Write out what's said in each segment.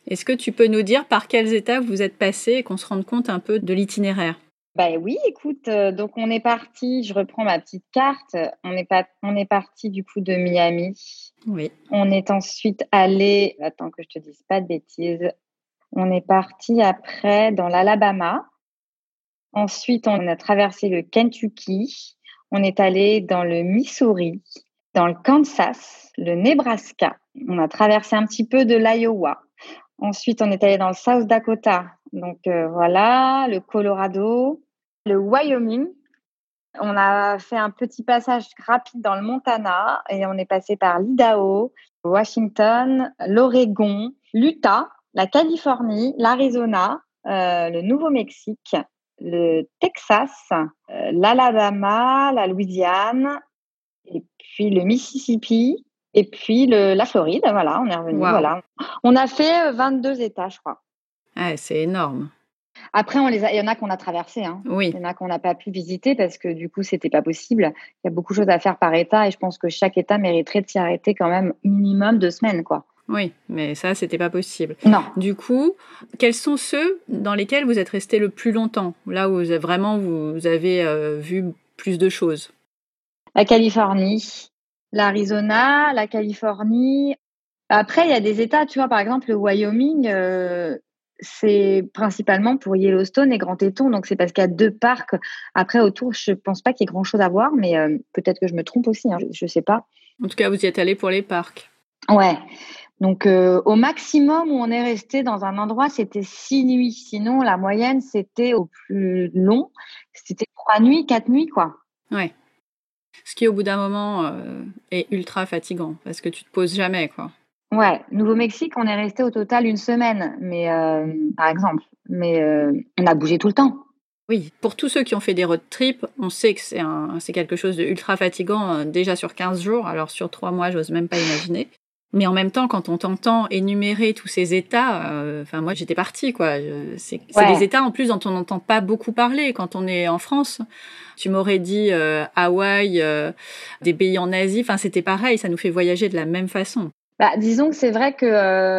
Est-ce que tu peux nous dire par quelles étapes vous êtes passés et qu'on se rende compte un peu de l'itinéraire? Bah oui, écoute, donc on est parti, je reprends ma petite carte, on est parti du coup de Miami. Oui. On est ensuite allé, attends que je te dise pas de bêtises, on est parti après dans l'Alabama. Ensuite, on a traversé le Kentucky. On est allé dans le Missouri, dans le Kansas, le Nebraska. On a traversé un petit peu de l'Iowa. Ensuite, on est allé dans le South Dakota. Donc voilà, le Colorado, le Wyoming. On a fait un petit passage rapide dans le Montana et on est passé par l'Idaho, Washington, l'Oregon, l'Utah, la Californie, l'Arizona, le Nouveau-Mexique, le Texas, l'Alabama, la Louisiane et puis le Mississippi et puis la Floride. Voilà, on est revenu. Waouh! Voilà. On a fait 22 États, je crois. Ah, c'est énorme. Après, il y en a qu'on a traversé, hein. Oui. Il y en a qu'on n'a pas pu visiter parce que du coup, c'était pas possible. Il y a beaucoup de choses à faire par État et je pense que chaque État mériterait de s'y arrêter quand même minimum 2 semaines, quoi. Oui, mais ça, c'était pas possible. Non. Du coup, quels sont ceux dans lesquels vous êtes restés le plus longtemps? Là où vous avez vu plus de choses? La Californie, l'Arizona, la Californie. Après, il y a des États, tu vois, par exemple, le Wyoming, c'est principalement pour Yellowstone et Grand Teton. Donc, c'est parce qu'il y a 2 parcs. Après, autour, je pense pas qu'il y ait grand-chose à voir, mais peut-être que je me trompe aussi, hein, je sais pas. En tout cas, vous y êtes allés pour les parcs. Ouais. Donc, au maximum où on est resté dans un endroit, c'était 6 nuits. Sinon, la moyenne, c'était au plus long, c'était 3 nuits, 4 nuits, quoi. Ouais. Ce qui, au bout d'un moment, est ultra fatigant parce que tu te poses jamais, quoi. Ouais, Nouveau-Mexique, on est resté au total 1 semaine, mais par exemple, mais on a bougé tout le temps. Oui, pour tous ceux qui ont fait des road trips, on sait que c'est quelque chose de ultra fatigant, déjà sur 15 jours, alors sur 3 mois, j'ose même pas imaginer. Mais en même temps, quand on t'entend énumérer tous ces états, enfin moi j'étais partie quoi. C'est des Ouais. états en plus dont on n'entend pas beaucoup parler quand on est en France. Tu m'aurais dit Hawaï, des pays en Asie, enfin c'était pareil, ça nous fait voyager de la même façon. Bah, disons que c'est vrai que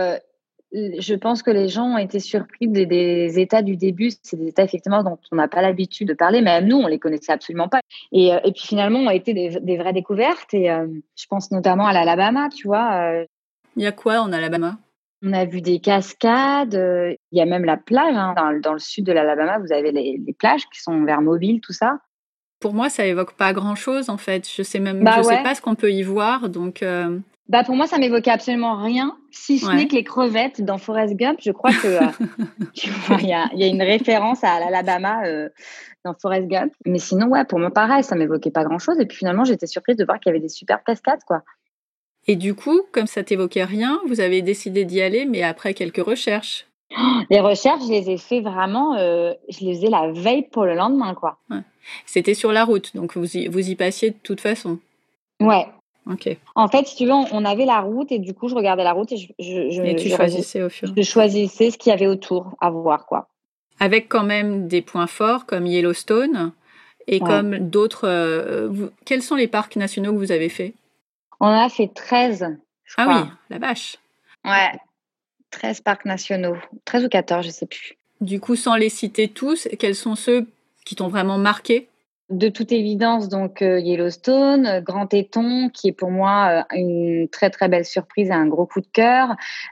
je pense que les gens ont été surpris des états du début. C'est des états effectivement dont on n'a pas l'habitude de parler, même nous, on les connaissait absolument pas. Et puis finalement, ont été des vraies découvertes. Et je pense notamment à l'Alabama, tu vois. Il y a quoi en Alabama? On a vu des cascades. Il y a même la plage, hein. Dans le sud de l'Alabama, vous avez les plages qui sont vers Mobile, tout ça. Pour moi, ça évoque pas grand-chose en fait. Je Bah sais ouais. pas ce qu'on peut y voir, donc Bah pour moi, ça m'évoquait absolument rien, si ce n'est ouais. que les crevettes dans Forrest Gump. Je crois que tu vois, il y a une référence à l'Alabama dans Forrest Gump. Mais sinon, ouais, pour moi, pareil, ça m'évoquait pas grand-chose. Et puis finalement, j'étais surprise de voir qu'il y avait des super cascades, quoi. Et du coup, comme ça t'évoquait rien, vous avez décidé d'y aller, mais après quelques recherches. Les recherches, je les ai fait vraiment, je les faisais la veille pour le lendemain, quoi. Ouais. C'était sur la route, donc vous y passiez de toute façon. Ouais. Ok. En fait, si tu veux, on avait la route et du coup, je regardais la route et Et tu choisissais au fur. je choisissais ce qu'il y avait autour à voir, quoi. Avec quand même des points forts comme Yellowstone et Ouais. comme d'autres. Quels sont les parcs nationaux que vous avez fait? On en a fait 13, je Ah oui, crois. la vache. Ouais, 13 parcs nationaux. 13 ou 14, je sais plus. Du coup, sans les citer tous, quels sont ceux qui t'ont vraiment marqué? De toute évidence, donc Yellowstone, Grand Teton, qui est pour moi une très très belle surprise et un gros coup de cœur.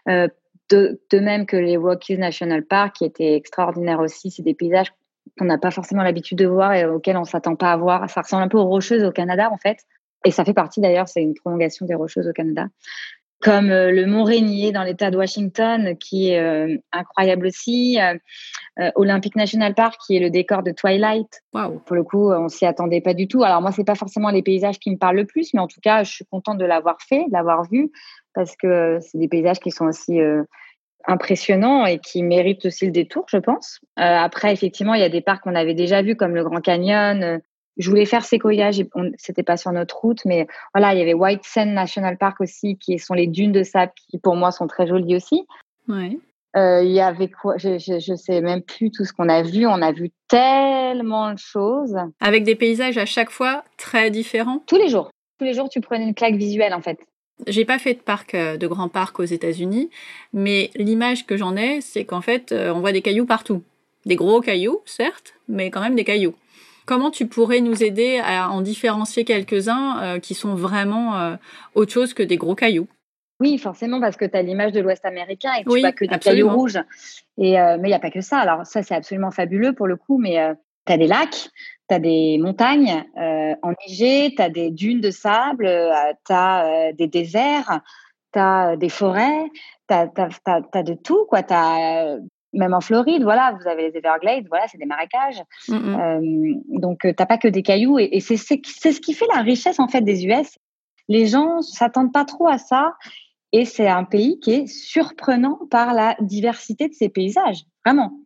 De même que les Rockies National Park, qui étaient extraordinaires aussi. C'est des paysages qu'on n'a pas forcément l'habitude de voir et auxquels on s'attend pas à voir. Ça ressemble un peu aux Rocheuses au Canada, en fait. Et ça fait partie d'ailleurs, c'est une prolongation des Rocheuses au Canada. Comme le Mont Rainier dans l'État de Washington, qui est incroyable aussi. Olympic National Park, qui est le décor de Twilight. Waouh. Pour le coup, on s'y attendait pas du tout. Alors moi, c'est pas forcément les paysages qui me parlent le plus, mais en tout cas, je suis contente de l'avoir fait, de l'avoir vu, parce que c'est des paysages qui sont aussi impressionnants et qui méritent aussi le détour, je pense. Après, effectivement, il y a des parcs qu'on avait déjà vus, comme le Grand Canyon. Je voulais faire Sequoia, c'était pas sur notre route, mais voilà, il y avait White Sand National Park aussi, qui sont les dunes de sable, qui pour moi sont très jolies aussi. Ouais. Il y avait quoi? Je sais même plus tout ce qu'on a vu. On a vu tellement de choses. Avec des paysages à chaque fois très différents. Tous les jours. Tous les jours, tu prenais une claque visuelle, en fait. J'ai pas fait de grands parcs aux États-Unis, mais l'image que j'en ai, c'est qu'en fait, on voit des cailloux partout. Des gros cailloux, certes, mais quand même des cailloux. Comment tu pourrais nous aider à en différencier quelques-uns qui sont vraiment autre chose que des gros cailloux? Oui, forcément, parce que tu as l'image de l'Ouest américain et que tu vois Oui, que des cailloux absolument. rouges. Mais il y a pas que ça. Alors ça, c'est absolument fabuleux pour le coup, mais tu as des lacs, tu as des montagnes enneigées, tu as des dunes de sable, tu as des déserts, tu as des forêts, tu as de tout, quoi. Même en Floride, voilà, vous avez les Everglades, voilà, c'est des marécages. Mm, mm. Donc, tu pas que des cailloux et c'est ce qui fait la richesse, en fait, des US. Les gens s'attendent pas trop à ça et c'est un pays qui est surprenant par la diversité de ses paysages, vraiment.